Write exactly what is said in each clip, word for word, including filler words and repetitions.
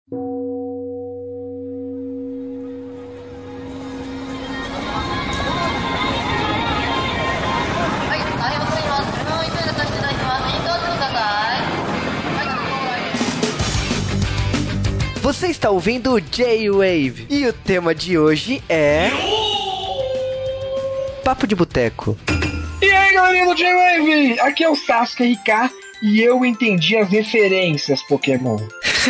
Você está ouvindo o J-Wave e o tema de hoje é Papo de Boteco. E aí, galerinha do J-Wave, aqui é o Sasuke R K e eu entendi as referências Pokémon.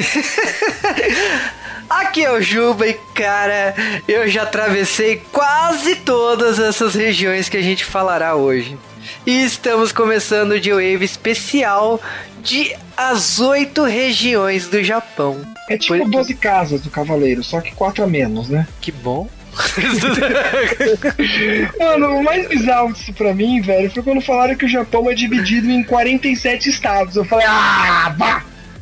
Aqui é o Juba e, cara, eu já atravessei quase todas essas regiões que a gente falará hoje. E estamos começando o J-Wave especial de as oito regiões do Japão. É tipo Por... doze casas do Cavaleiro, só que quatro a menos, né? Que bom. Mano, o mais bizarro disso pra mim, velho, foi quando falaram que o Japão é dividido em quarenta e sete estados. Eu falei, ah, vá!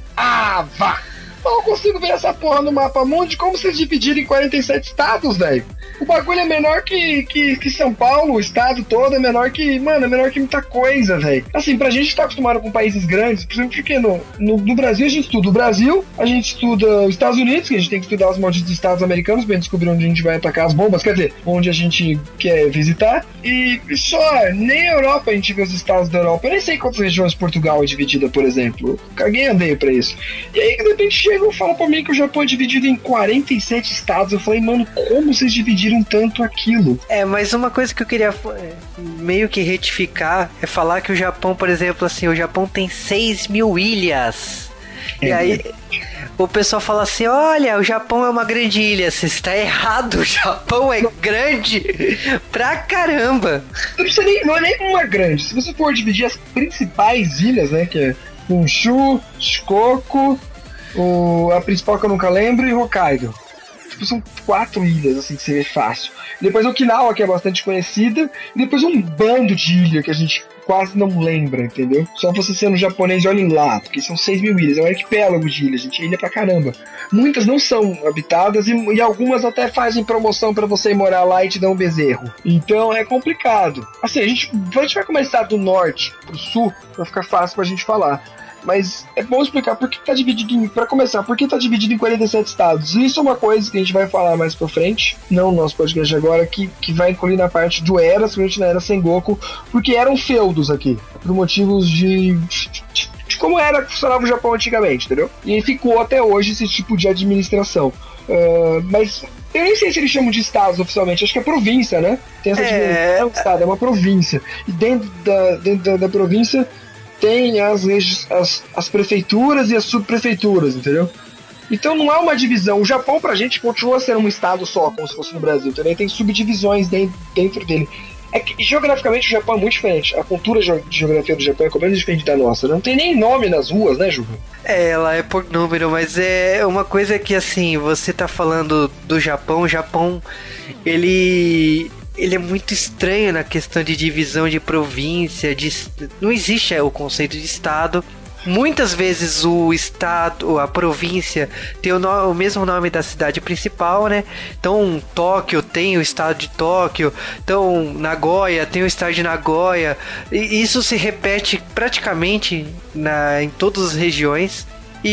Ah, vá! Eu não consigo ver essa porra no mapa mundi. Como vocês dividiram em quarenta e sete estados, velho? O bagulho é menor que, que, que São Paulo, o estado todo é menor que... Mano, é menor que muita coisa, velho. Assim, pra gente que tá acostumado com países grandes, por exemplo, porque no, no, no Brasil a gente estuda o Brasil, a gente estuda os Estados Unidos, que a gente tem que estudar os malditos estados americanos pra descobrir onde a gente vai atacar as bombas, quer dizer, onde a gente quer visitar. E só, nem a Europa a gente vê os estados da Europa. Eu nem sei quantas regiões Portugal é dividida, por exemplo. Caguei andei pra isso. E aí, de repente, chegam e falam pra mim que o Japão é dividido em quarenta e sete estados. Eu falei, mano, como vocês dividiram tanto aquilo? É, mas uma coisa que eu queria meio que retificar é falar que o Japão, por exemplo, assim, o Japão tem seis mil ilhas. É. E aí o pessoal fala assim, olha, o Japão é uma grande ilha. Você está errado, o Japão é grande pra caramba. Não, precisa nem, não é nem uma grande. Se você for dividir as principais ilhas, né, que é Honshu, Shikoku, o, a principal que eu nunca lembro, e Hokkaido. Tipo, são quatro ilhas, assim, que você vê fácil. Depois Okinawa, que é bastante conhecida, e depois um bando de ilha que a gente quase não lembra, entendeu? Só você sendo japonês, olhe lá, porque são seis mil ilhas, é um arquipélago de ilhas, gente, é ilha pra caramba. Muitas não são habitadas e, e algumas até fazem promoção pra você ir morar lá e te dão um bezerro. Então é complicado. Assim, a gente, a gente vai começar do norte pro sul, pra ficar fácil pra gente falar. Mas é bom explicar por que tá dividido em... Pra começar, por que tá dividido em quarenta e sete estados. Isso é uma coisa que a gente vai falar mais pra frente, não no nosso podcast agora, que, que vai incluir na parte do Era, principalmente na Era Sengoku, porque eram feudos aqui, por motivos de... de, de como era que funcionava o Japão antigamente, entendeu? E ficou até hoje esse tipo de administração. Uh, mas... Eu nem sei se eles chamam de estados oficialmente, acho que é província, né? Tem essa é... diferença. É um estado, é uma província. E dentro da, dentro da, da província tem as, as, as prefeituras e as subprefeituras, entendeu? Então não é uma divisão. O Japão pra gente continua sendo um estado só, como se fosse no Brasil. Também tem subdivisões dentro, dentro dele. É que geograficamente o Japão é muito diferente. A cultura de geografia do Japão é completamente diferente da nossa. Não tem nem nome nas ruas, né, Juba? É, ela é por número, mas é uma coisa que, assim, você tá falando do Japão, o Japão, ele... ele é muito estranho na questão de divisão de província, de, não existe o conceito de estado. Muitas vezes o estado, a província, tem o, no, o mesmo nome da cidade principal, né? Então, Tóquio tem o estado de Tóquio, então, Nagoya tem o estado de Nagoya. E isso se repete praticamente na, em todas as regiões.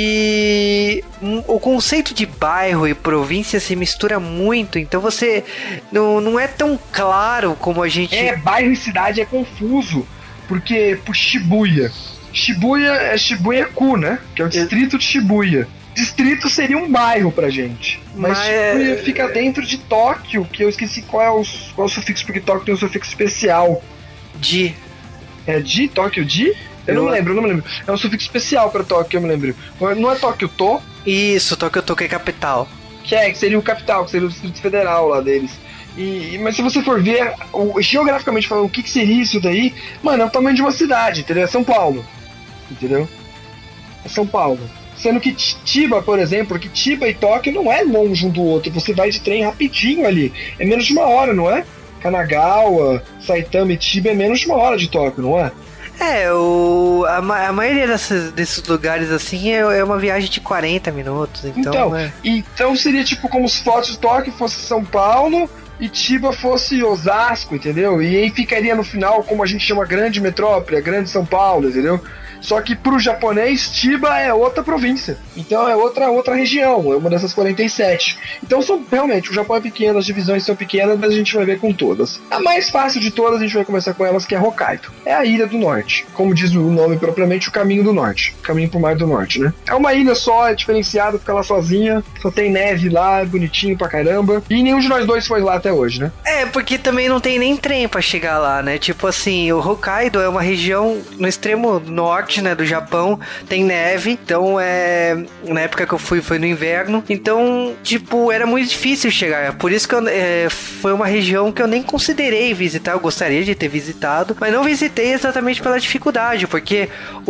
E o conceito de bairro e província se mistura muito, então você não, não é tão claro como a gente... É, bairro e cidade é confuso, porque por Shibuya, Shibuya é Shibuya-ku, né? Que é o distrito de Shibuya. Distrito seria um bairro pra gente, mas, mas Shibuya fica dentro de Tóquio, que eu esqueci qual é o, qual é o sufixo, porque Tóquio tem um sufixo especial. Di. É Di? Tóquio Di? Eu, eu não me lembro, eu não me lembro. É um sufixo especial pra Tóquio, eu me lembro. Não é Tóquio-to? Isso, Tóquio-to que é capital. Que é, que seria o capital, que seria o Distrito Federal lá deles. E, mas se você for ver, o, geograficamente falando, o que, que seria isso daí, mano, é o tamanho de uma cidade, entendeu? É São Paulo, entendeu? É São Paulo. Sendo que Chiba, por exemplo, que Chiba e Tóquio não é longe um do outro, você vai de trem rapidinho ali. É menos de uma hora, não é? Kanagawa, Saitama e Chiba é menos de uma hora de Tóquio, não é? É, o, a, a maioria dessas, desses lugares assim é, é uma viagem de quarenta minutos. Então, então, é... então seria tipo como se fosse Tóquio fosse São Paulo e Chiba fosse Osasco, entendeu? E aí ficaria no final como a gente chama grande metrópole, a grande São Paulo, entendeu? Só que pro japonês, Chiba é outra província. Então é outra, outra região, é uma dessas quarenta e sete. Então são, realmente, o Japão é pequeno, as divisões são pequenas, mas a gente vai ver com todas. A mais fácil de todas, a gente vai começar com elas, que é Hokkaido. É a Ilha do Norte. Como diz o nome propriamente, o Caminho do Norte. Caminho pro Mar do Norte, né? É uma ilha só, é diferenciada, fica lá sozinha, só tem neve lá, é bonitinho pra caramba. E nenhum de nós dois foi lá até hoje, né? É, porque também não tem nem trem pra chegar lá, né? Tipo assim, o Hokkaido é uma região no extremo norte, né, do Japão, tem neve, então é... Na época que eu fui, foi no inverno, então, tipo, era muito difícil chegar. Por isso que eu, é, foi uma região que eu nem considerei visitar, eu gostaria de ter visitado, mas não visitei exatamente pela dificuldade, porque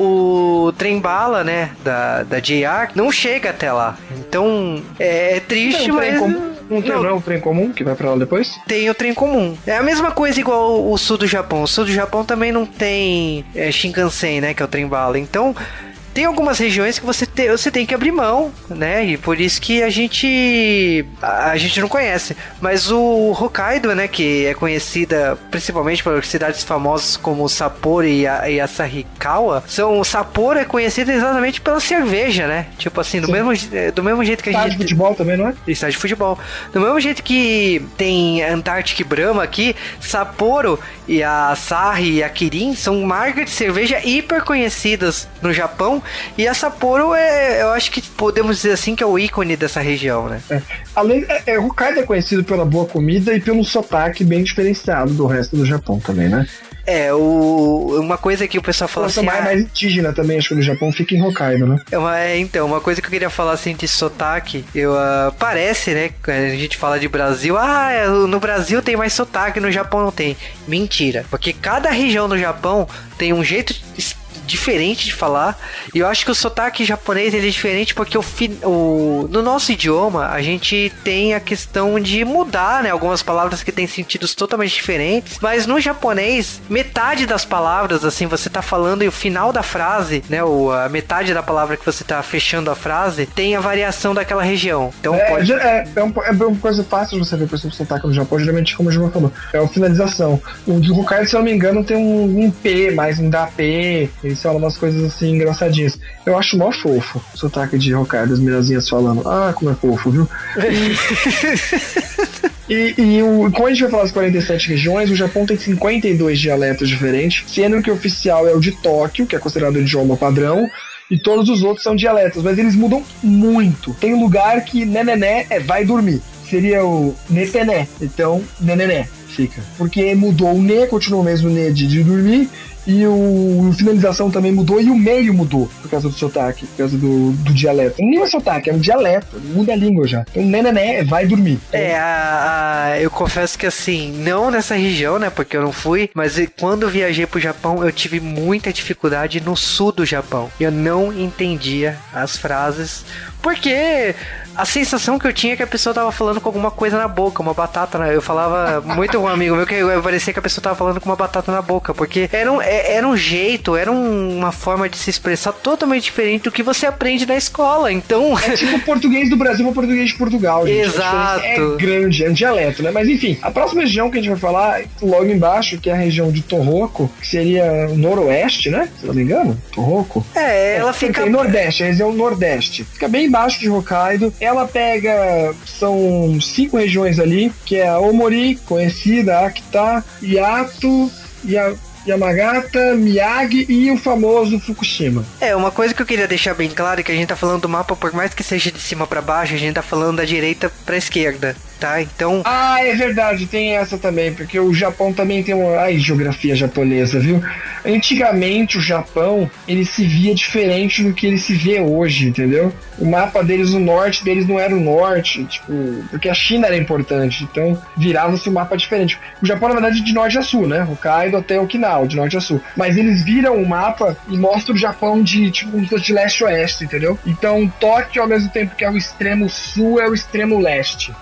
o trem-bala, né, da, da J R, não chega até lá. Então, é, é triste, um mas... Comum. Não tem não. Não, um trem comum que vai pra lá depois? Tem o trem comum. É a mesma coisa igual o sul do Japão. O sul do Japão também não tem é, Shinkansen, né, que é o trem-bala. Então... Tem algumas regiões que você, te, você tem que abrir mão, né? E por isso que a gente a, a gente não conhece. Mas o Hokkaido, né? Que é conhecida principalmente por cidades famosas como Sapporo e, a, e Asahikawa. São, Sapporo é conhecida exatamente pela cerveja, né? Tipo assim, do, mesmo, do mesmo jeito que a gente... Estádio de futebol também, não é? Estádio de futebol. Do mesmo jeito que tem Antártica e Brahma aqui, Sapporo e a Asahi e a Kirin são marcas de cerveja hiper conhecidas no Japão. E a Sapporo é, eu acho que podemos dizer assim, que é o ícone dessa região, né? É. Além, é, é, Hokkaido é conhecido pela boa comida e pelo sotaque bem diferenciado do resto do Japão também, né? É, o, uma coisa que o pessoal fala assim... mais, ah, mais indígena também, acho que no Japão fica em Hokkaido, né? É uma, é, então, uma coisa que eu queria falar assim de sotaque, eu, uh, parece, né, quando a gente fala de Brasil, ah, no Brasil tem mais sotaque, no Japão não tem. Mentira, porque cada região do Japão tem um jeito diferente de falar, e eu acho que o sotaque japonês ele é diferente porque o, o, no nosso idioma a gente tem a questão de mudar, né, algumas palavras que têm sentidos totalmente diferentes, mas no japonês, metade das palavras, assim, você tá falando e o final da frase, né, ou a metade da palavra que você tá fechando a frase, tem a variação daquela região. Então é, pode... é, é, um, é uma coisa fácil de você ver, por exemplo, o sotaque no Japão, geralmente, como o João falou, é a finalização. O de Hokkaido, se eu não me engano, tem um, um P, mais um da P, eles falam umas coisas assim engraçadinhas. Eu acho mó fofo o sotaque de Hokkaido, as mirazinhas falando, ah, como é fofo, viu? E, e o, como a gente vai falar das quarenta e sete regiões, o Japão tem cinquenta e dois dialetos diferentes, sendo que o oficial é o de Tóquio, que é considerado o idioma padrão, e todos os outros são dialetos, mas eles mudam muito. Tem lugar que nenené é vai dormir, seria o netené, então nenené fica. Porque mudou o ne, continuou o mesmo ne de, de dormir, e o a finalização também mudou, e o meio mudou por causa do sotaque, por causa do, do dialeto. Não é sotaque, é um dialeto, muda a língua já. Então, nenené, vai dormir. É, a, a, eu confesso que assim, não nessa região, né, porque eu não fui, mas quando eu viajei pro Japão, eu tive muita dificuldade no sul do Japão. Eu não entendia as frases, porque a sensação que eu tinha é que a pessoa tava falando com alguma coisa na boca, uma batata, né? Eu falava muito com um amigo meu que parecia que a pessoa tava falando com uma batata na boca, porque era um, era um jeito, era uma forma de se expressar totalmente diferente do que você aprende na escola, então... É tipo o português do Brasil ou português de Portugal, gente. Exato. É grande, é um dialeto, né? Mas enfim, a próxima região que a gente vai falar, logo embaixo, que é a região de Tohoku, que seria o noroeste, né? Se não me engano, Tohoku. É, ela é, fica... Tem nordeste, a região nordeste. Fica bem embaixo de Hokkaido. Ela pega, são cinco regiões ali, que é a Omori, conhecida, Akita, Yato, Ya, Yamagata, Miyagi e o famoso Fukushima. É, uma coisa que eu queria deixar bem claro é que a gente tá falando do mapa, por mais que seja de cima pra baixo, a gente tá falando da direita pra esquerda, tá? Então... Ah, é verdade, tem essa também, porque o Japão também tem uma... Ai, geografia japonesa, viu? Antigamente, o Japão, ele se via diferente do que ele se vê hoje, entendeu? O mapa deles, o norte deles não era o norte, tipo... Porque a China era importante, então virava-se um mapa diferente. O Japão, na verdade, é de norte a sul, né? Hokkaido até Okinawa, de norte a sul. Mas eles viram o mapa e mostram o Japão de, tipo, como se fosse de leste a oeste, entendeu? Então, Tóquio, ao mesmo tempo que é o extremo sul, é o extremo leste. Exatamente.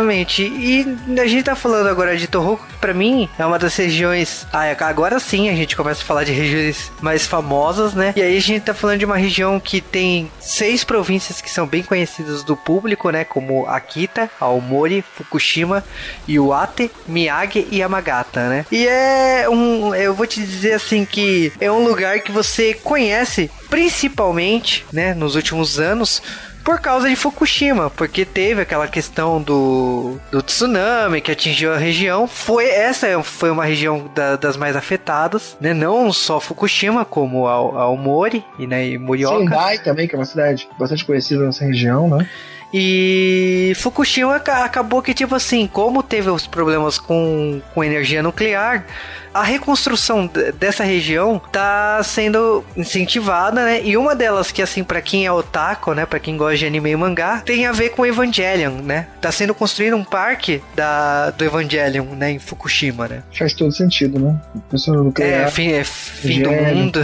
exatamente. E a gente tá falando agora de Tohoku, que pra mim é uma das regiões... Ah, agora sim a gente começa a falar de regiões mais famosas, né? E aí a gente tá falando de uma região que tem seis províncias que são bem conhecidas do público, né? Como Akita, Aomori, Fukushima, Iwate, Miyagi e Yamagata, né? E é um... Eu vou te dizer assim que é um lugar que você conhece principalmente, né? Nos últimos anos... por causa de Fukushima, porque teve aquela questão do, do tsunami que atingiu a região. Foi, essa foi uma região da, das mais afetadas, né? Não só Fukushima, como a Aomori e, né, e Morioka. Sendai também, que é uma cidade bastante conhecida nessa região, né? E Fukushima acabou que, tipo assim, como teve os problemas com, com energia nuclear, a reconstrução dessa região tá sendo incentivada, né? E uma delas que, assim, pra quem é otaku, né? Pra quem gosta de anime e mangá, tem a ver com Evangelion, né? Tá sendo construído um parque da, do Evangelion, né? Em Fukushima, né? Faz todo sentido, né? É, fim, é fim do mundo.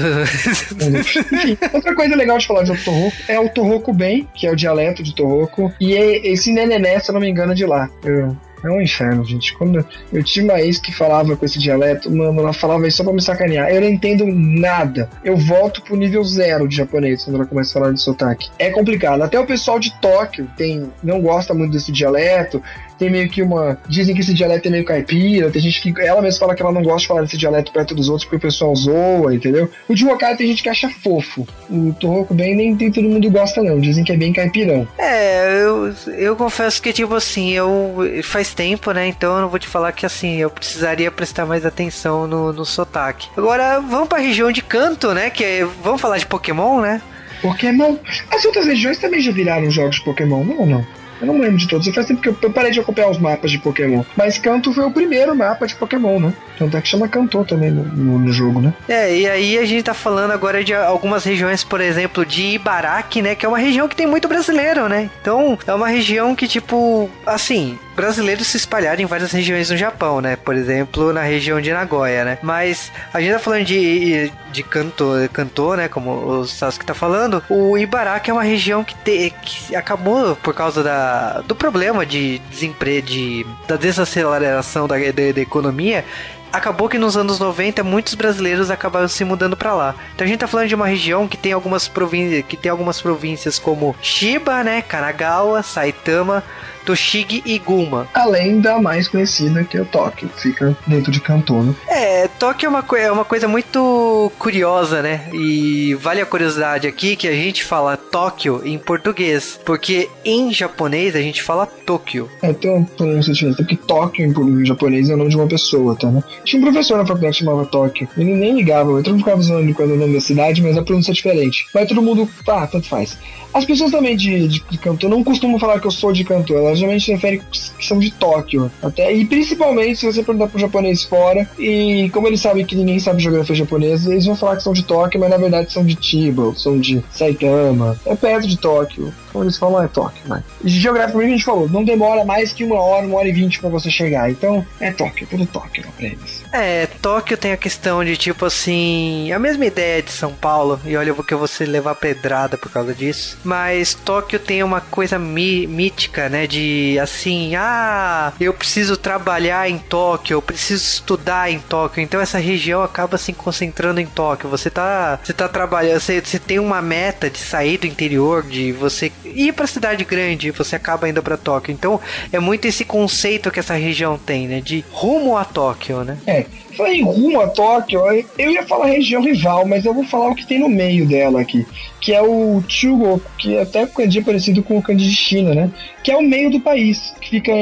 Enfim, outra coisa legal de falar de Tohoku é o Tohoku Ben, que é o dialeto de Tohoku, e é esse Nenené, se eu não me engano, é de lá. Eu... É um inferno, gente. Quando eu tinha uma ex que falava com esse dialeto, mano, ela falava isso só pra me sacanear. Eu não entendo nada. Eu volto pro nível zero de japonês quando ela começa a falar de sotaque. É complicado. Até o pessoal de Tóquio tem, não gosta muito desse dialeto. Tem meio que uma... Dizem que esse dialeto é meio caipira. Tem gente que... Ela mesma fala que ela não gosta de falar desse dialeto perto dos outros porque o pessoal zoa, entendeu? O de Hokkaido tem gente que acha fofo. O Tohoku Ben nem tem todo mundo gosta, não. Dizem que é bem caipirão. É, eu, eu confesso que, tipo assim, eu... Faz tempo, né? Então eu não vou te falar que, assim, eu precisaria prestar mais atenção no, no sotaque. Agora, vamos pra região de Kanto, né? Que é... Vamos falar de Pokémon, né? Pokémon? As outras regiões também já viraram jogos de Pokémon, não ou não? Eu não lembro de todos. Faz tempo que eu parei de acompanhar os mapas de Pokémon. Mas Kanto foi o primeiro mapa de Pokémon, né? Tanto é que chama Kanto também no, no, no jogo, né? É, e aí a gente tá falando agora de algumas regiões, por exemplo, de Ibaraki, né? Que é uma região que tem muito brasileiro, né? Então, é uma região que, tipo, assim... brasileiros se espalharam em várias regiões no Japão, né? Por exemplo, na região de Nagoya, né? Mas a gente tá falando de, de Kanto, Kanto, né? Como o Sasuke tá falando. O Ibaraki é uma região que, te, que acabou por causa da, do problema de desemprego, de, da desaceleração da, da, da economia. Acabou que nos anos noventa muitos brasileiros acabaram se mudando pra lá. Então a gente tá falando de uma região que tem algumas províncias, que tem algumas províncias como Chiba, né, Kanagawa, Saitama, Toshigi e Guma. Além da mais conhecida, que é o Tóquio, que fica dentro de Kanto, né? É, Tóquio é uma, é uma coisa muito curiosa, né? E vale a curiosidade aqui que a gente fala Tóquio em português, porque em japonês a gente fala Tóquio. É, tem uma pronúncia diferente, porque Tóquio em japonês é o nome de uma pessoa, tá, né? Tinha um professor na faculdade que chamava Tóquio, ele nem ligava, eu não ficava zoando quando o nome da cidade, mas a pronúncia é diferente. Mas todo mundo, ah, tanto faz. As pessoas também de, de, de Kanto não costumam falar que eu sou de Kanto, elas geralmente se referem que são de Tóquio. Até, e principalmente se você perguntar pro japonês fora, e como eles sabem que ninguém sabe geografia japonesa, eles vão falar que são de Tóquio, mas na verdade são de Chiba, são de Saitama, é perto de Tóquio. Então eles falam, ah, é Tóquio, vai. E geograficamente a gente falou, não demora mais que uma hora, uma hora e vinte pra você chegar. Então é Tóquio, tudo Tóquio pra eles. É, Tóquio tem a questão de tipo assim, a mesma ideia de São Paulo, e olha, eu vou que eu vou se levar pedrada por causa disso. Mas Tóquio tem uma coisa mí- mítica, né? De assim, ah, eu preciso trabalhar em Tóquio, eu preciso estudar em Tóquio. Então essa região acaba se concentrando em Tóquio. Você tá, você tá trabalhando, você, você tem uma meta de sair do interior, de você ir pra cidade grande, você acaba indo pra Tóquio. Então é muito esse conceito que essa região tem, né? De rumo a Tóquio, né? É. Falei em rumo a Tóquio, eu ia falar região rival, mas eu vou falar o que tem no meio dela aqui, que é o Chugoku, que até o kanji é parecido com o kanji de China, né? Que é o meio do país, que fica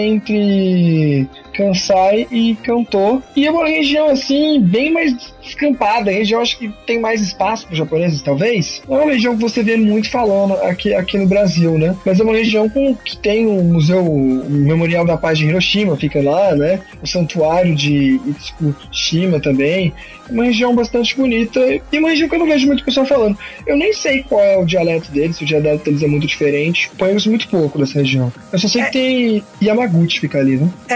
entre Kansai e Kanto, e é uma região assim, bem mais descampada, a região acho que tem mais espaço para os japoneses, talvez. Não é uma região que você vê muito falando aqui, aqui no Brasil, né? Mas é uma região com, que tem o museu, o Memorial da Paz de Hiroshima, fica lá, né? O santuário de Itsukushima também. É uma região bastante bonita e uma região que eu não vejo muito pessoal falando. Eu nem sei qual é o dialeto deles, se o dialeto deles é muito diferente. Conheço muito pouco dessa região. Eu só sei é. que tem Yamaguchi fica ali, né? É, a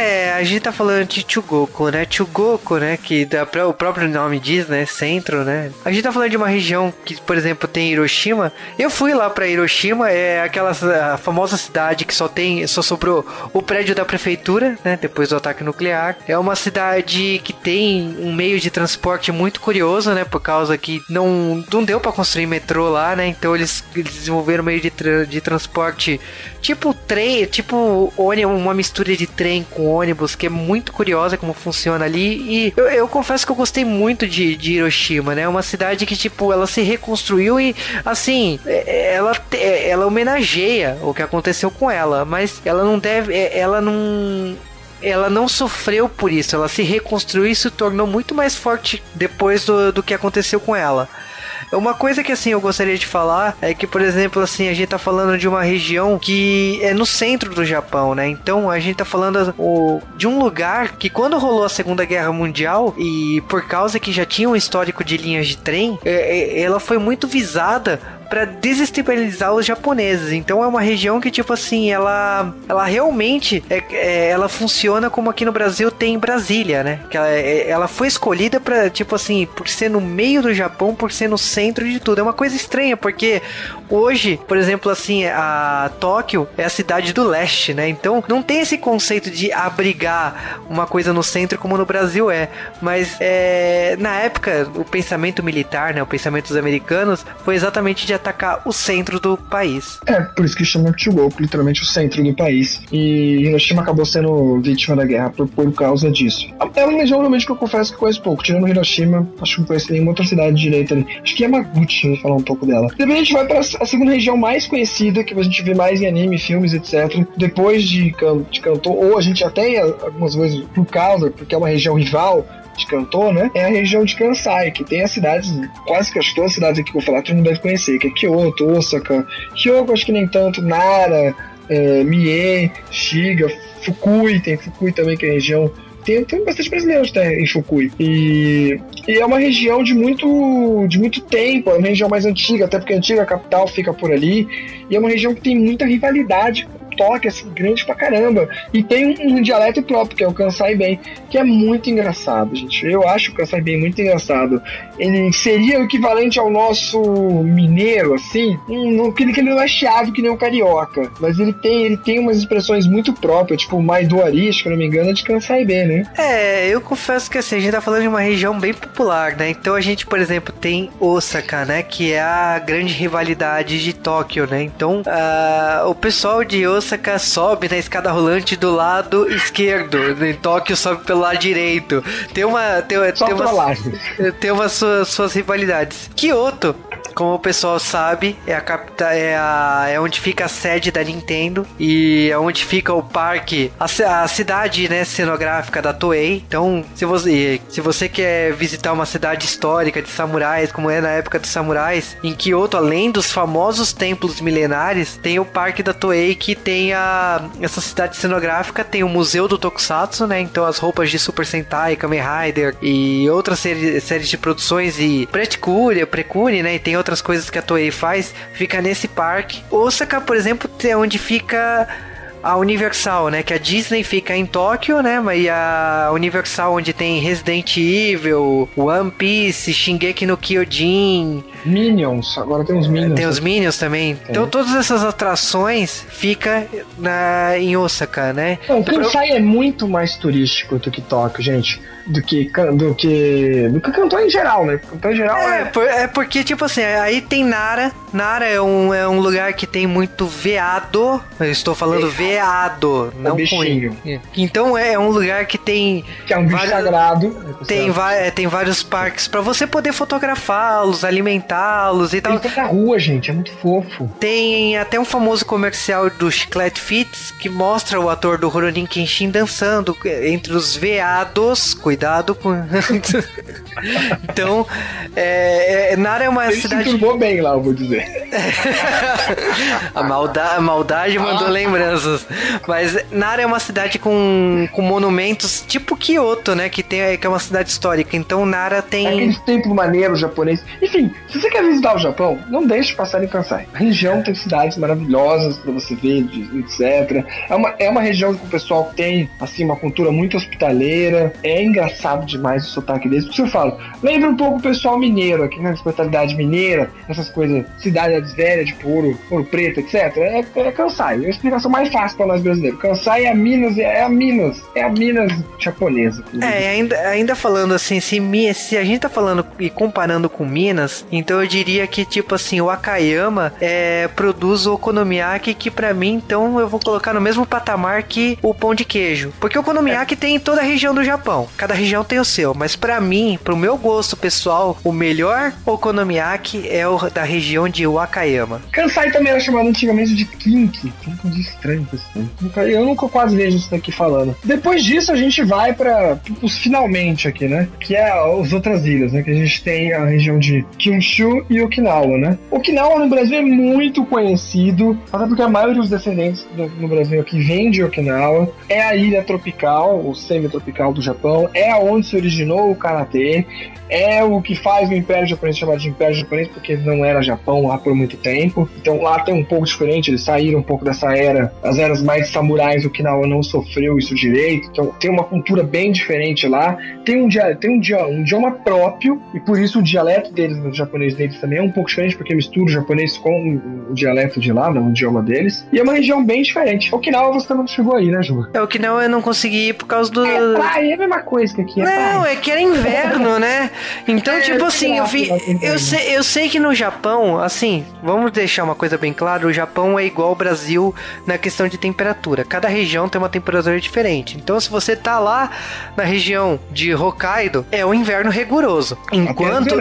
gente tá falando de Chugoku, né? Chugoku, né? Que dá pra, o próprio nome diz, né? Centro, né? A gente tá falando de uma região que, por exemplo, tem Hiroshima. Eu fui lá pra Hiroshima, é aquela a famosa cidade que só tem, só sobrou o prédio da prefeitura, né? Depois do ataque nuclear. É uma cidade que tem um meio de transporte muito curioso, né? Por causa que não, não deu pra construir metrô lá, né? Então eles, eles desenvolveram um meio de, tra- de transporte tipo trem, tipo uma mistura de trem com ônibus, que é muito curiosa como funciona ali. E eu, eu confesso que eu gostei muito de, de Hiroshima, né? É uma cidade que, tipo, ela se reconstruiu e, assim, ela, ela homenageia o que aconteceu com ela, mas ela não deve, ela não... ela não sofreu por isso, ela se reconstruiu e se tornou muito mais forte depois do, do que aconteceu com ela. Uma coisa que, assim, eu gostaria de falar é que, por exemplo, assim, a gente tá falando de uma região que é no centro do Japão, né? Então, a gente tá falando o, de um lugar que, quando rolou a Segunda Guerra Mundial, e por causa que já tinha um histórico de linhas de trem, é, é, ela foi muito visada para desestabilizar os japoneses. Então é uma região que, tipo assim, ela, ela realmente é, é, ela funciona como aqui no Brasil tem Brasília, né? Que ela, é, ela foi escolhida para, tipo assim, por ser no meio do Japão, por ser no centro de tudo. É uma coisa estranha, porque hoje, por exemplo, assim, a Tóquio é a cidade do leste, né? Então não tem esse conceito de abrigar uma coisa no centro como no Brasil é. Mas é, na época, o pensamento militar, né? O pensamento dos americanos foi exatamente de atacar o centro do país. É, por isso que chama Chugoku, literalmente o centro do país. E Hiroshima acabou sendo vítima da guerra por, por causa disso. É uma região realmente que eu confesso que conheço pouco. Tirando Hiroshima, acho que não conheço nenhuma outra cidade direita ali. Acho que Yamaguchi, vou falar um pouco dela. Depois a gente vai para a segunda região mais conhecida, que a gente vê mais em anime, filmes, etcétera. Depois de, de Kanto, ou a gente já tem algumas vezes por causa, porque é uma região rival de Kanto, né? É a região de Kansai, que tem as cidades, quase que as todas as cidades aqui que eu vou falar, todo mundo deve conhecer, que é Kyoto, Osaka, Hyogo, acho que nem tanto, Nara, é, Mie, Shiga, Fukui, tem Fukui também, que é a região. Tem, tem bastante brasileiros, tá, em Fukui. E, e é uma região de muito, de muito tempo, é uma região mais antiga, até porque a antiga capital fica por ali. E é uma região que tem muita rivalidade com Tóquio, assim, grande pra caramba. E tem um, um dialeto próprio, que é o Kansai Ben, que é muito engraçado, gente. Eu acho o Kansai Ben muito engraçado. Ele seria o equivalente ao nosso mineiro, assim, um, que ele não é chiado que nem o carioca. Mas ele tem, ele tem umas expressões muito próprias, tipo o Maidoari, se eu não me engano, é de Kansai Ben, né? É, eu confesso que assim, a gente tá falando de uma região bem popular, né? Então a gente, por exemplo, tem Osaka, né? Que é a grande rivalidade de Tóquio, né? Então uh, o pessoal de Osaka sobe na escada rolante do lado esquerdo, em Tóquio sobe pelo lado direito. Tem uma... Tem, Só tem, umas, tem umas suas, suas rivalidades. Kyoto, como o pessoal sabe, é a capital, é, a, é onde fica a sede da Nintendo e é onde fica o parque, a, a cidade, né, cenográfica da Toei. Então, se você, se você quer visitar uma cidade histórica de samurais, como é na época dos samurais, em Kyoto, além dos famosos templos milenares, tem o parque da Toei que tem a, essa cidade cenográfica, tem o museu do Tokusatsu, né, então as roupas de Super Sentai, Kamen Rider e outras séries, séries de produções e Precure, Precure, né, e tem outras coisas que a Toei faz, fica nesse parque. Osaka, por exemplo, é onde fica a Universal, né? Que a Disney fica em Tóquio, né? Mas a Universal, onde tem Resident Evil, One Piece, Shingeki no Kyojin, Minions, agora tem os Minions. Tem os Minions também. É. Então todas essas atrações fica na, em Osaka, né? Não, Kansai é muito mais turístico do que Tóquio, gente. Do que do que do que Kanto em geral, né? Kanto em geral é... É, por, é porque, tipo assim, aí tem Nara. Nara é um, é um lugar que tem muito veado. Eu estou falando veado. Veado, é não bichinho. Coelho. Então é um lugar que tem... Que é um bicho vários, sagrado. Tem, vai, tem vários parques pra você poder fotografá-los, alimentá-los e tal. Ele tem na rua, gente, é muito fofo. Tem até um famoso comercial do Chiclete Fits que mostra o ator do Rurouni Kenshin dançando entre os veados. Cuidado com... Então, é, é, Nara é uma Ele cidade... Ele se turbou bem lá, eu vou dizer. a, malda, a maldade mandou lembranças. Mas Nara é uma cidade com, com monumentos tipo Kyoto, né? Que, tem, que é uma cidade histórica. Então Nara tem... É aqueles templos maneiros japoneses. Enfim, se você quer visitar o Japão, não deixe de passar em Kansai. A região tem cidades maravilhosas pra você ver, etcétera. É uma, é uma região que o pessoal tem, assim, uma cultura muito hospitaleira. É engraçado demais o sotaque deles. Por isso eu falo, lembra um pouco o pessoal mineiro aqui, né? Hospitalidade mineira, essas coisas, cidades velhas, tipo ouro, ouro preto, etcétera. É, é Kansai. É a explicação mais fácil pra nós brasileiros. Kansai é a Minas, é a Minas. É a Minas japonesa. É, ainda, ainda falando assim, se, se a gente tá falando e comparando com Minas, então eu diria que, tipo assim, o Wakayama é, produz o okonomiyaki, que pra mim, então, eu vou colocar no mesmo patamar que o pão de queijo. Porque o okonomiyaki é. tem em toda a região do Japão. Cada região tem o seu. Mas pra mim, pro meu gosto pessoal, o melhor okonomiyaki é o da região de Wakayama. Kansai também era chamado antigamente de Kinki. Que de estranho isso. Eu nunca quase vejo isso daqui falando. Depois disso, a gente vai para os finalmente aqui, né? Que é as outras ilhas, né? Que a gente tem a região de Kyushu e Okinawa, né? Okinawa no Brasil é muito conhecido, até porque a maioria dos descendentes do, no Brasil aqui vem de Okinawa. É a ilha tropical, ou semi-tropical do Japão. É onde se originou o karatê. É o que faz o Império Japonês chamado de Império Japonês, porque não era Japão lá por muito tempo. Então lá tem um pouco diferente, eles saíram um pouco dessa era, as eras mais samurais, o Okinawa não sofreu isso direito. Então tem uma cultura bem diferente lá. Tem um, dia, tem um, dia, um idioma próprio, e por isso o dialeto deles, no japonês deles também é um pouco diferente, porque mistura o japonês com o dialeto de lá, não o idioma deles. E é uma região bem diferente. Okinawa você não chegou aí, né, Ju? É, Okinawa eu não consegui ir por causa do... É praia, é a mesma coisa que aqui. É não, praia. É que era inverno, né? Então, é, tipo assim, eu vi. Eu sei, eu sei que no Japão, assim, vamos deixar uma coisa bem clara: o Japão é igual ao Brasil na questão de temperatura. Cada região tem uma temperatura diferente. Então, se você tá lá na região de Hokkaido, é um inverno rigoroso. Enquanto.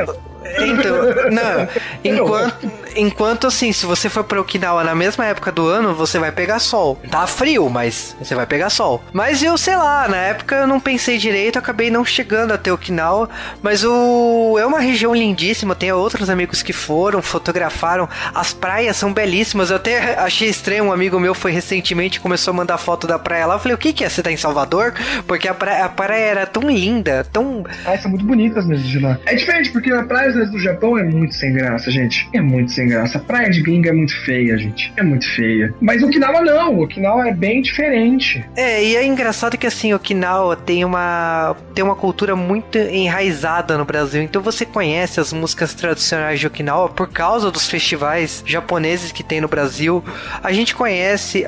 Então, não, enquanto, enquanto assim, se você for pra Okinawa na mesma época do ano, você vai pegar sol. Tá frio, mas você vai pegar sol. Mas eu, sei lá, na época eu não pensei direito, acabei não chegando até Okinawa, mas o é uma região lindíssima, tenho outros amigos que foram, fotografaram, as praias são belíssimas, eu até achei estranho, um amigo meu foi recentemente, começou a mandar foto da praia lá, eu falei, o que que é, você tá em Salvador? Porque a praia, a praia era tão linda, tão... As praias são muito bonitas mesmo de lá. É diferente, porque a praia do Japão é muito sem graça, gente. É muito sem graça. A praia de gringa é muito feia, gente. É muito feia. Mas Okinawa não. Okinawa é bem diferente. É, e é engraçado que assim, Okinawa tem uma, tem uma cultura muito enraizada no Brasil. Então você conhece as músicas tradicionais de Okinawa por causa dos festivais japoneses que tem no Brasil. A gente conhece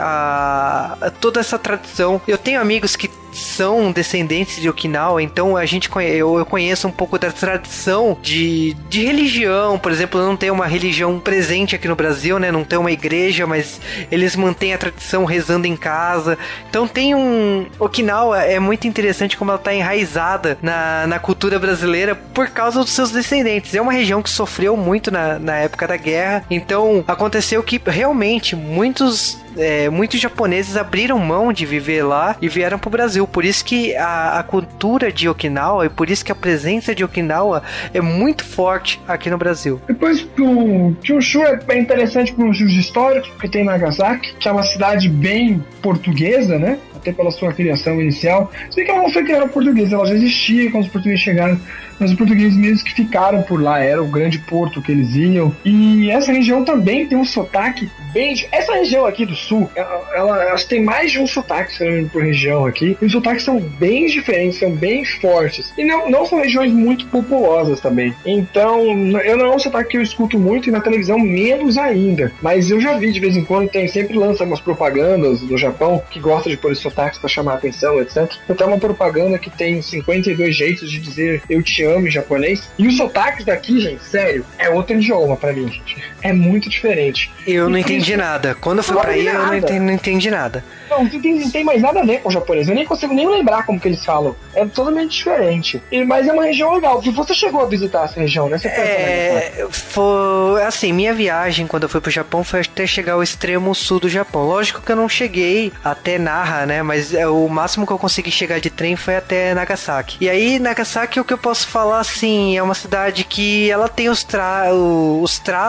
a, a toda essa tradição. Eu tenho amigos que são descendentes de Okinawa, então a gente conhe- eu, eu conheço um pouco da tradição de, de religião, por exemplo, não tem uma religião presente aqui no Brasil, né? Não tem uma igreja, mas eles mantêm a tradição rezando em casa. Então tem um... Okinawa é muito interessante como ela está enraizada na, na cultura brasileira por causa dos seus descendentes. É uma região que sofreu muito na, na época da guerra, então aconteceu que realmente muitos... É, muitos japoneses abriram mão de viver lá e vieram pro Brasil. Por isso que a, a cultura de Okinawa e por isso que a presença de Okinawa é muito forte aqui no Brasil. Depois, o Kyushu é interessante por motivos históricos, porque tem Nagasaki, que é uma cidade bem portuguesa, né? Até pela sua criação inicial. Se bem que ela não foi criada portuguesa, ela já existia quando os portugueses chegaram. Mas os portugueses mesmo que ficaram por lá, era o grande porto que eles iam. E essa região também tem um sotaque bem... Essa região aqui do sul, ela, ela, ela tem mais de um sotaque, se não me engano, por região aqui. E os sotaques são bem diferentes, são bem fortes. E não, não são regiões muito populosas também. Então, eu não é um sotaque que eu escuto muito, e na televisão menos ainda. Mas eu já vi de vez em quando, tem sempre lança umas propagandas do Japão que gosta de pôr esses sotaques pra chamar a atenção, etcétera. Então é uma propaganda que tem cinquenta e dois jeitos de dizer eu te amo em japonês. E os sotaques daqui, gente, sério, é outro idioma pra mim, gente. É muito diferente. Eu não entendi isso, nada. Quando eu fui pra aí, eu não entendi, não entendi nada. Não, não tem, não tem mais nada a ver com o japonês. Eu nem consigo nem lembrar como que eles falam. É totalmente diferente. E, mas é uma região legal. E você chegou a visitar essa região, né? Você é, foi... Assim, minha viagem quando eu fui pro Japão foi até chegar ao extremo sul do Japão. Lógico que eu não cheguei até Nara, né? Mas é, o máximo que eu consegui chegar de trem foi até Nagasaki. E aí, Nagasaki, o que eu posso falar, assim, é uma cidade que ela tem os, tra... os traços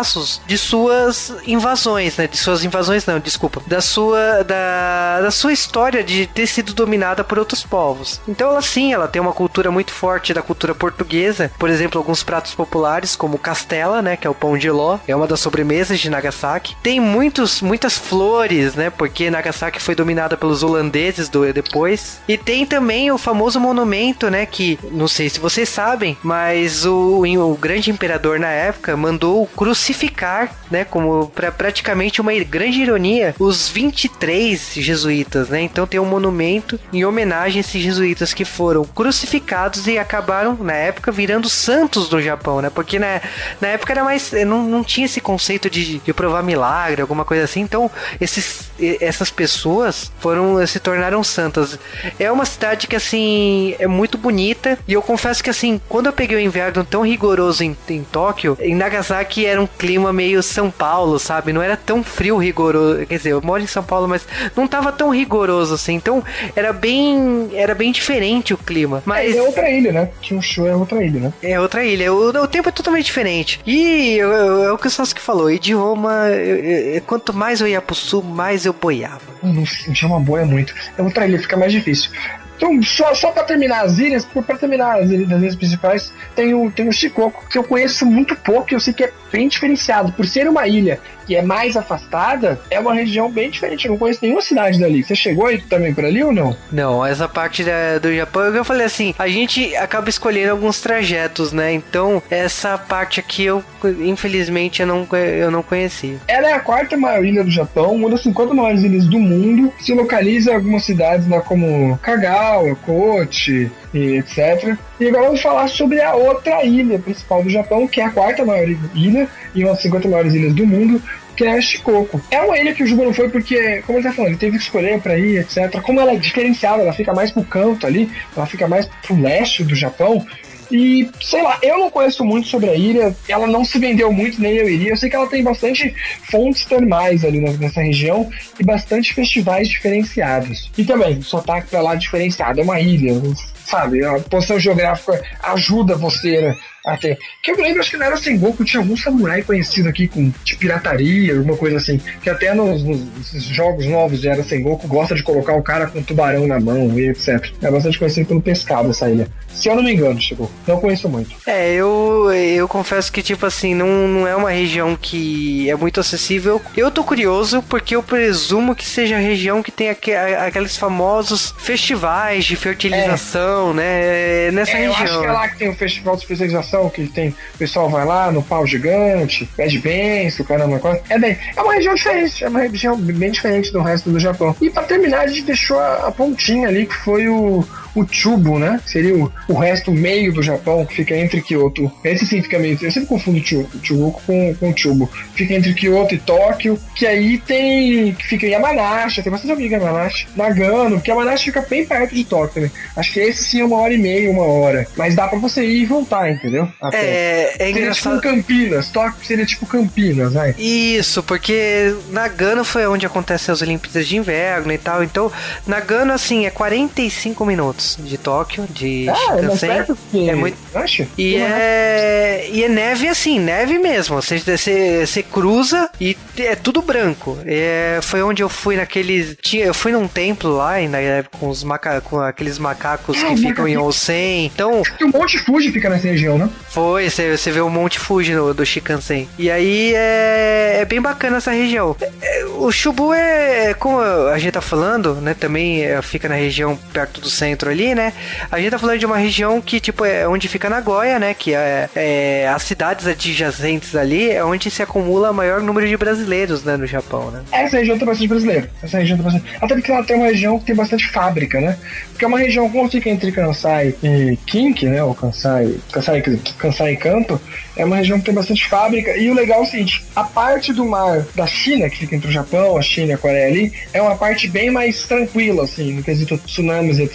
de suas invasões, né? De suas invasões não, desculpa. Da sua, da, da sua história de ter sido dominada por outros povos. Então ela sim, ela tem uma cultura muito forte da cultura portuguesa. Por exemplo, alguns pratos populares, como castela, né? Que é o pão de ló. É uma das sobremesas de Nagasaki. Tem muitos, muitas flores, né? Porque Nagasaki foi dominada pelos holandeses do, depois. E tem também o famoso monumento, né? Que, não sei se vocês sabem, mas o, o grande imperador na época mandou crucificar, né? Como pra, praticamente uma grande ironia, os vinte e três jesuítas, né? Então tem um monumento em homenagem a esses jesuítas que foram crucificados e acabaram, na época, virando santos no Japão, né? Porque na, na época era mais... Não, não tinha esse conceito de, de provar milagre, alguma coisa assim. Então, esses, essas pessoas foram, se tornaram santas. É uma cidade que, assim, é muito bonita. E eu confesso que, assim, quando eu peguei o inverno tão rigoroso em, em Tóquio, em Nagasaki era um clima meio São Paulo, sabe? Não era tão frio, rigoroso. Quer dizer, eu moro em São Paulo, mas não tava tão rigoroso assim. Então, era bem, era bem diferente o clima. Mas é, é outra ilha, né? Kyushu é outra ilha, né? É outra ilha. O, o tempo é totalmente diferente. E é o que o Sasuke falou. Idioma, eu, eu, quanto mais eu ia pro sul, mais eu boiava. Não, o idioma boia muito. É outra ilha, fica mais difícil. Então, só, só pra terminar as ilhas, pra terminar as ilhas, as ilhas principais, tem o, tem o Shikoku, que eu conheço muito pouco e eu sei que é bem diferenciado. Por ser uma ilha que é mais afastada, é uma região bem diferente. Eu não conheço nenhuma cidade dali. Você chegou aí também por ali ou não? Não, essa parte da, do Japão, eu falei assim, a gente acaba escolhendo alguns trajetos, né? Então, essa parte aqui, eu infelizmente, eu não, eu não conheci. Ela é a quarta maior ilha do Japão, uma das cinquenta maiores ilhas do mundo. Se localiza em algumas cidades lá como Kagawa, Kochi, e etcétera. E agora vamos falar sobre a outra ilha principal do Japão, que é a quarta maior ilha e uma das cinquenta maiores ilhas do mundo, que é a Shikoku. É uma ilha que o Juba não foi porque, como ele tá falando, ele teve que escolher pra ir, etcétera. Como ela é diferenciada, ela fica mais pro canto ali, ela fica mais pro leste do Japão. E, sei lá, eu não conheço muito sobre a ilha, ela não se vendeu muito, nem eu iria. Eu sei que ela tem bastante fontes termais ali nessa região e bastante festivais diferenciados. E também, o sotaque pra lá é diferenciado, é uma ilha, sabe? A posição geográfica ajuda você, né? Até. Que eu lembro, acho que não era Sengoku, tinha algum samurai conhecido aqui com de pirataria, alguma coisa assim. Que até nos, nos jogos novos de Era Sengoku gosta de colocar o cara com um tubarão na mão e etcétera. É bastante conhecido pelo pescado essa ilha. Se eu não me engano, chegou. Não conheço muito. É, eu, eu confesso que, tipo assim, não, não é uma região que é muito acessível. Eu tô curioso porque eu presumo que seja a região que tem aqu aqueles famosos festivais de fertilização, é. né? Nessa é, região. Eu acho que é lá que tem o festival de fertilização, que tem, o pessoal vai lá no pau gigante, pede bens, o caramba, é bem, é uma região diferente, é uma região bem diferente do resto do Japão. E pra terminar, a gente deixou a, a pontinha ali, que foi o o Chubu, né? Seria o, o resto meio do Japão, que fica entre Kyoto. Esse sim fica meio... Eu sempre confundo o Chugoku com, com o Chubu. Fica entre Kyoto e Tóquio, que aí tem... que fica em Yamanashi, tem bastante amigo em Yamanashi. Nagano, porque Yamanashi fica bem perto de Tóquio também. Acho que esse sim é uma hora e meia, uma hora. Mas dá pra você ir e voltar, entendeu? Até. É, é seria engraçado. Tipo Campinas. Tóquio seria tipo Campinas, vai. Isso, porque Nagano foi onde acontecem as Olimpíadas de Inverno e tal. Então, Nagano, assim, é quarenta e cinco minutos de Tóquio, de ah, Shinkansen. É, que... é muito. Acho? E é... e é neve assim, neve mesmo. Você, você, você cruza e é tudo branco. É... Foi onde eu fui naqueles. Tinha... Eu fui num templo lá, ainda com, os maca... com aqueles macacos ah, que ficam macaco. Em Onsen. Então. Acho que o Monte Fuji fica nessa região, né? Foi, você, você vê o Monte Fuji no, do Shinkansen. E aí é... é bem bacana essa região. É... O Chubu é, como a gente tá falando, né? Também fica na região perto do centro ali, né? A gente tá falando de uma região que, tipo, é onde fica Nagoya, né? Que é, é as cidades adjacentes ali, é onde se acumula o maior número de brasileiros, né? No Japão, né? Essa região tem bastante brasileiro. Essa região tem bastante... Até porque ela tem uma região que tem bastante fábrica, né? Porque é uma região como fica entre Kansai e Kinki, né? Ou Kansai, Kansai, Kansai e Kanto, é uma região que tem bastante fábrica. E o legal é o seguinte, a parte do mar da China, que fica entre o Japão, a China e a Coreia ali, é uma parte bem mais tranquila, assim, no quesito tsunamis, etcétera, né?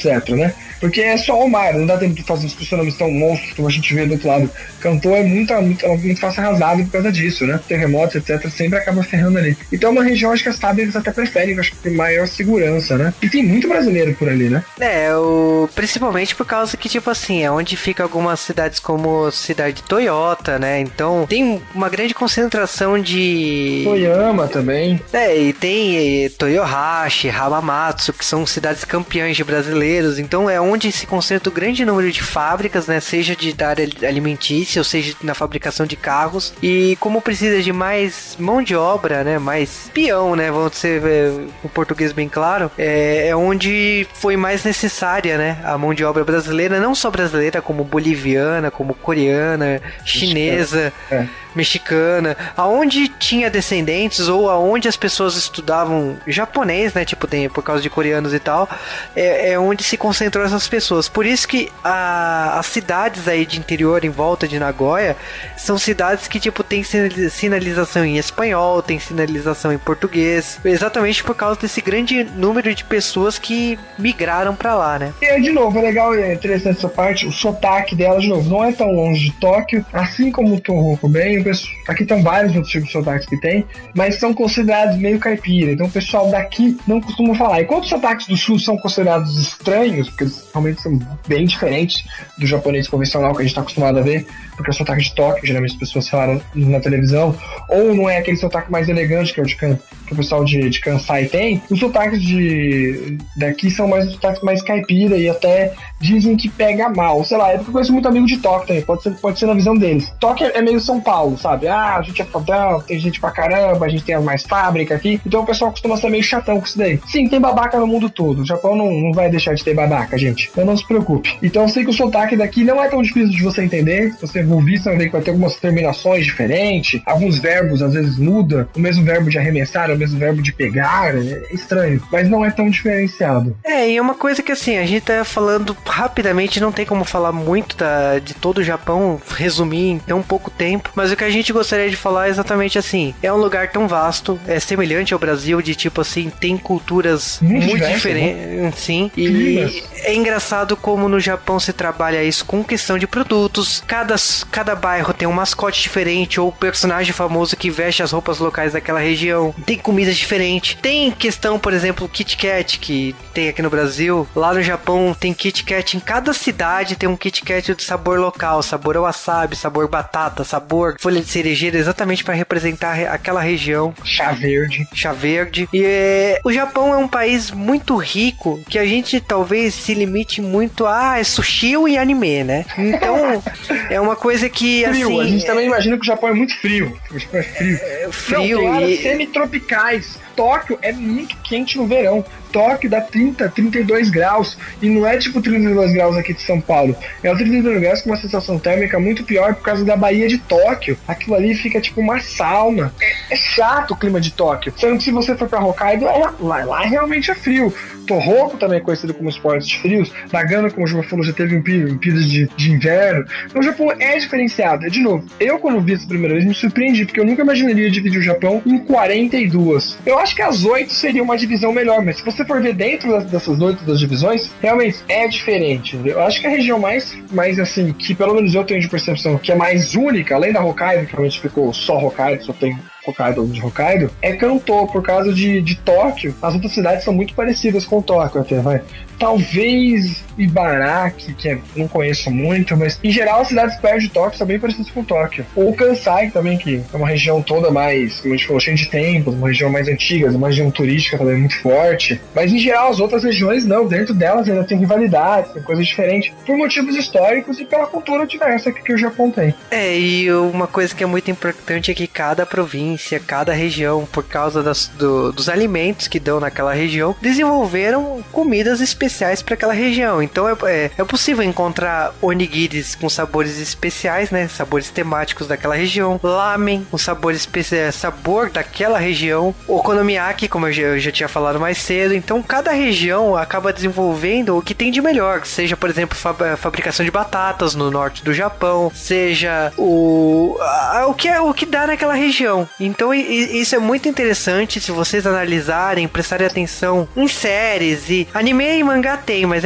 né? Porque é só o mar, não dá tempo de fazer os funcionamentos tão monstros como a gente vê do outro lado. Cantor é muito, muito, muito fácil arrasado por causa disso, né? Terremotos, etcétera, sempre acaba ferrando ali. Então é uma região, acho que as fábricas até preferem, acho que tem maior segurança, né? E tem muito brasileiro por ali, né? É, o... principalmente por causa que, tipo assim, é onde fica algumas cidades como a cidade de Toyota, né? Então tem uma grande concentração de... Toyama também. É, e tem Toyohashi, Hamamatsu, que são cidades campeãs de brasileiros. Então é onde se concentra o grande número de fábricas, né? Seja de área alimentícia, ou seja, na fabricação de carros. E como precisa de mais mão de obra, né? Mais peão, né? Vamos ser o português bem claro. É, é onde foi mais necessária, né? A mão de obra brasileira, não só brasileira, como boliviana, como coreana, chinesa, é. mexicana, aonde tinha descendentes ou aonde as pessoas estudavam japonês, né? Tipo, tem por causa de coreanos e tal, é, é onde se concentrou essas pessoas. Por isso que a, as cidades aí de interior em volta de Nagoya são cidades que, tipo, tem sinalização em espanhol, tem sinalização em português, exatamente por causa desse grande número de pessoas que migraram pra lá, né? E, de novo, é legal e é interessante essa parte, o sotaque dela, de novo, não é tão longe de Tóquio, assim como o Tohoku bem. Aqui estão vários outros tipos de sotaques que tem, mas são considerados meio caipira. Então o pessoal daqui não costuma falar. Enquanto os sotaques do sul são considerados estranhos, porque eles realmente são bem diferentes do japonês convencional que a gente está acostumado a ver, porque é o sotaque de Tóquio, geralmente as pessoas falam na televisão, ou não é aquele sotaque mais elegante que é o de Kan, que o pessoal de, de Kansai tem. Os sotaques de daqui são mais sotaques mais caipira e até dizem que pega mal. Sei lá, é porque eu conheço muito amigo de Tóquio também, pode ser, pode ser na visão deles. Tóquio é meio São Paulo, sabe? Ah, a gente é fodão, tem gente pra caramba, a gente tem mais fábrica aqui, então o pessoal costuma ser meio chatão com isso daí. Sim, tem babaca no mundo todo, o Japão não, não vai deixar de ter babaca, gente, então não se preocupe. Então eu sei que o sotaque daqui não é tão difícil de você entender, se você ouvir, você vai ver que vai ter algumas terminações diferentes, alguns verbos às vezes muda, o mesmo verbo de arremessar, o mesmo verbo de pegar, é estranho, mas não é tão diferenciado. É, e é uma coisa que assim, a gente tá falando rapidamente, não tem como falar muito da, de todo o Japão, resumir em tão pouco tempo, mas o que a gente gostaria de falar é exatamente assim, é um lugar tão vasto, é semelhante ao Brasil, de tipo assim, tem culturas muito, muito diferentes, né? Sim, e Climas. É engraçado como no Japão se trabalha isso com questão de produtos, cada, cada bairro tem um mascote diferente, ou personagem famoso que veste as roupas locais daquela região, tem comidas diferentes, tem questão, por exemplo, Kit Kat, que tem aqui no Brasil, lá no Japão tem Kit Kat, em cada cidade tem um Kit Kat de sabor local, sabor wasabi, sabor batata, sabor folha de cerejeira, exatamente para representar aquela região. Chá verde. Chá verde. E é, o Japão é um país muito rico, que a gente talvez se limite muito a é sushi e anime, né? Então, é uma coisa que, frio, assim... A gente é... também imagina que o Japão é muito frio. O Japão é frio. É, frio Não, tem e... áreas semitropicais. Tóquio é muito quente no verão. Tóquio dá trinta, trinta e dois graus. E não é tipo trinta e dois graus aqui de São Paulo. É o trinta e dois graus com uma sensação térmica muito pior por causa da Baía de Tóquio. Aquilo ali fica tipo uma sauna. É, é chato o clima de Tóquio. Sendo que se você for pra Hokkaido, é, lá, lá realmente é frio. Tohoku também é conhecido como esportes de frios. Nagano, como o João falou, já teve Olimpíadas de, de inverno. Então o Japão é diferenciado. De novo, eu quando vi essa primeira vez me surpreendi, porque eu nunca imaginaria dividir o Japão em quarenta e duas. Eu acho que as oito seria uma divisão melhor, mas se você for ver dentro das, dessas oito das divisões, realmente é diferente. Eu acho que a região mais, mais assim, que pelo menos eu tenho de percepção, que é mais única, além da Hokkaido, que realmente ficou só Hokkaido, só tem Hokkaido de Hokkaido, é Kanto, por causa de, de Tóquio. As outras cidades são muito parecidas com Tóquio até, vai. Talvez Ibaraki, que é, não conheço muito, mas em geral as cidades perto de Tóquio são bem parecidas com Tóquio. Ou Kansai também, que é uma região toda mais, como a gente falou, cheia de templos, uma região mais antiga, uma região turística também muito forte. Mas em geral as outras regiões não, dentro delas ainda tem rivalidades, tem coisas diferentes, por motivos históricos e pela cultura diversa que, que o Japão tem. É, e uma coisa que é muito importante é que cada província, cada região, por causa das, do, dos alimentos que dão naquela região, desenvolveram comidas específicas para aquela região. Então é, é, é possível encontrar onigiris com sabores especiais, né? Sabores temáticos daquela região. Lamen com sabor especial, sabor daquela região. Okonomiyaki, como eu já, eu já tinha falado mais cedo. Então cada região acaba desenvolvendo o que tem de melhor. Seja, por exemplo, fab- fabricação de batatas no norte do Japão. Seja o, a, o, que, é, o que dá naquela região. Então e, isso é muito interessante se vocês analisarem, prestarem atenção em séries e anime e mangá tem, mas é mais fácil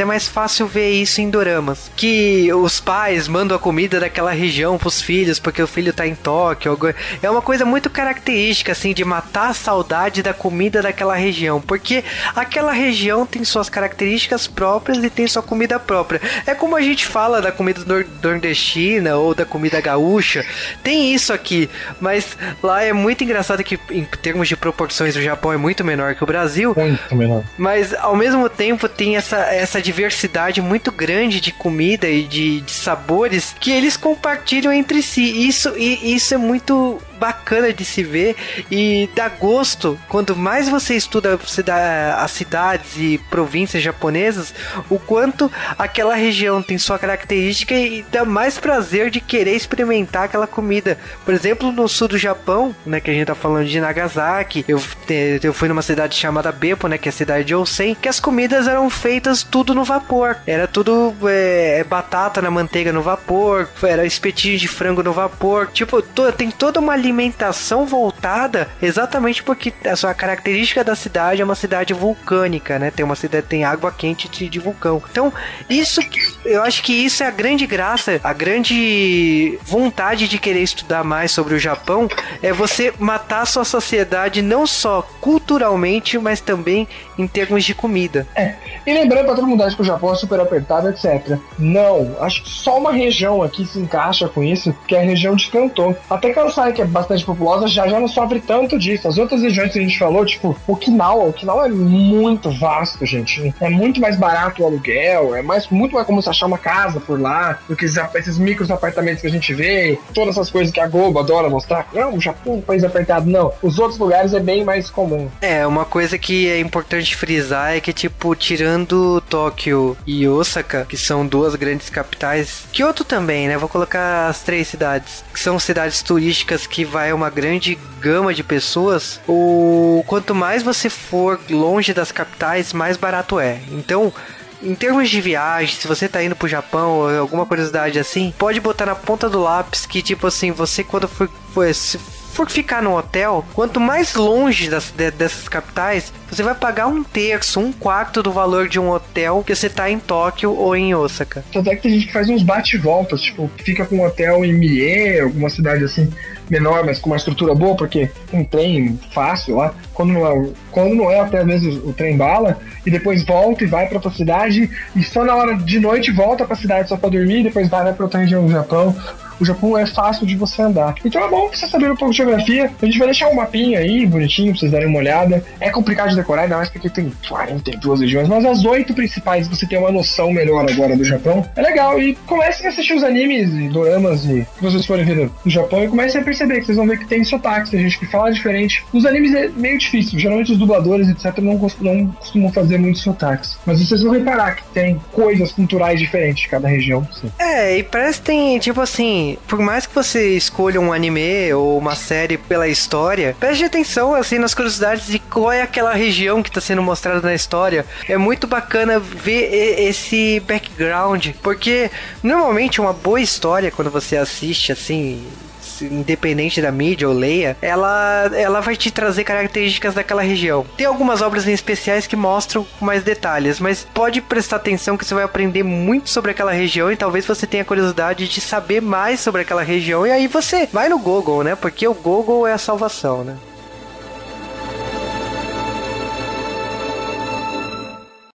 fácil ver isso em doramas. Que os pais mandam a comida daquela região pros filhos, porque o filho tá em Tóquio. É uma coisa muito característica, assim, de matar a saudade da comida daquela região. Porque aquela região tem suas características próprias e tem sua comida própria. É como a gente fala da comida nordestina ou da comida gaúcha. Tem isso aqui, mas lá é muito engraçado que, em termos de proporções, o Japão é muito menor que o Brasil. Muito menor. Mas, ao mesmo tempo, tem essa, essa diversidade muito grande de comida e de, de sabores que eles compartilham entre si. Isso, e, isso é muito bacana de se ver e dá gosto. Quanto mais você estuda as cidades e províncias japonesas, o quanto aquela região tem sua característica e dá mais prazer de querer experimentar aquela comida. Por exemplo, no sul do Japão, né, que a gente tá falando de Nagasaki, eu, eu fui numa cidade chamada Beppo, né, que é a cidade de Onsen, que as comidas eram feitas tudo no vapor. Era tudo é, batata na manteiga no vapor, era espetinho de frango no vapor. Tipo, to, tem toda uma alimentação voltada exatamente porque a sua característica da cidade é uma cidade vulcânica, né? Tem uma cidade, tem água quente de, de vulcão. Então, isso, eu acho que isso é a grande graça, a grande vontade de querer estudar mais sobre o Japão, é você matar a sua sociedade não só culturalmente, mas também em termos de comida. É, e lembrando pra todo mundo acha que o Japão é super apertado, etcétera. Não, acho que só uma região aqui se encaixa com isso, que é a região de Kanto. Até que ela sabe que é bastante populosa, já já não sofre tanto disso. As outras regiões que a gente falou, tipo Okinawa, Okinawa é muito vasto, gente. É muito mais barato o aluguel, é mais, muito mais como se achar uma casa por lá, do que esses micros apartamentos que a gente vê, todas essas coisas que a Globo adora mostrar. Não, o Japão é um país apertado, não. Os outros lugares é bem mais comum. É, uma coisa que é importante frisar é que, tipo, tirando Tóquio e Osaka, que são duas grandes capitais, Kyoto também, né? Vou colocar as três cidades, que são cidades turísticas que vai uma grande gama de pessoas. O quanto mais você for longe das capitais, mais barato é. Então, em termos de viagem, se você tá indo pro Japão ou alguma curiosidade assim, pode botar na ponta do lápis que, tipo assim, você quando for, for se for ficar no hotel, quanto mais longe das, de, dessas capitais, você vai pagar um terço, um quarto do valor de um hotel que você tá em Tóquio ou em Osaka. Tanto é que tem gente que faz uns bate-voltas, tipo, fica com um hotel em Mie, alguma cidade assim, menor, mas com uma estrutura boa, porque um trem fácil lá, quando não é, quando não é até mesmo o trem bala, e depois volta e vai pra outra cidade, e só na hora de noite volta pra cidade só pra dormir, e depois vai, vai pra outra região do Japão. O Japão é fácil de você andar. Então é bom você saber um pouco de geografia. A gente vai deixar um mapinha aí, bonitinho, pra vocês darem uma olhada. É complicado de decorar, ainda mais porque tem quarenta e duas regiões, mas as oito principais você tem uma noção melhor agora do Japão. É legal, e comecem a assistir os animes e doramas e que vocês forem ver do Japão e comecem a perceber que vocês vão ver que tem sotaques, tem gente que fala diferente. Nos animes é meio difícil, geralmente os dubladores, etcétera, não, não costumam fazer muitos sotaques. Mas vocês vão reparar que tem coisas culturais diferentes de cada região. Sim. É, e prestem, tipo assim, por mais que você escolha um anime ou uma série pela história, preste atenção, assim, nas curiosidades de qual é aquela região que está sendo mostrada na história. É muito bacana ver esse background, porque normalmente uma boa história, quando você assiste, assim, independente da mídia ou leia, ela, ela vai te trazer características daquela região. Tem algumas obras em especiais que mostram com mais detalhes, mas pode prestar atenção que você vai aprender muito sobre aquela região e talvez você tenha curiosidade de saber mais sobre aquela região, e aí você vai no Google, né? Porque o Google é a salvação, né?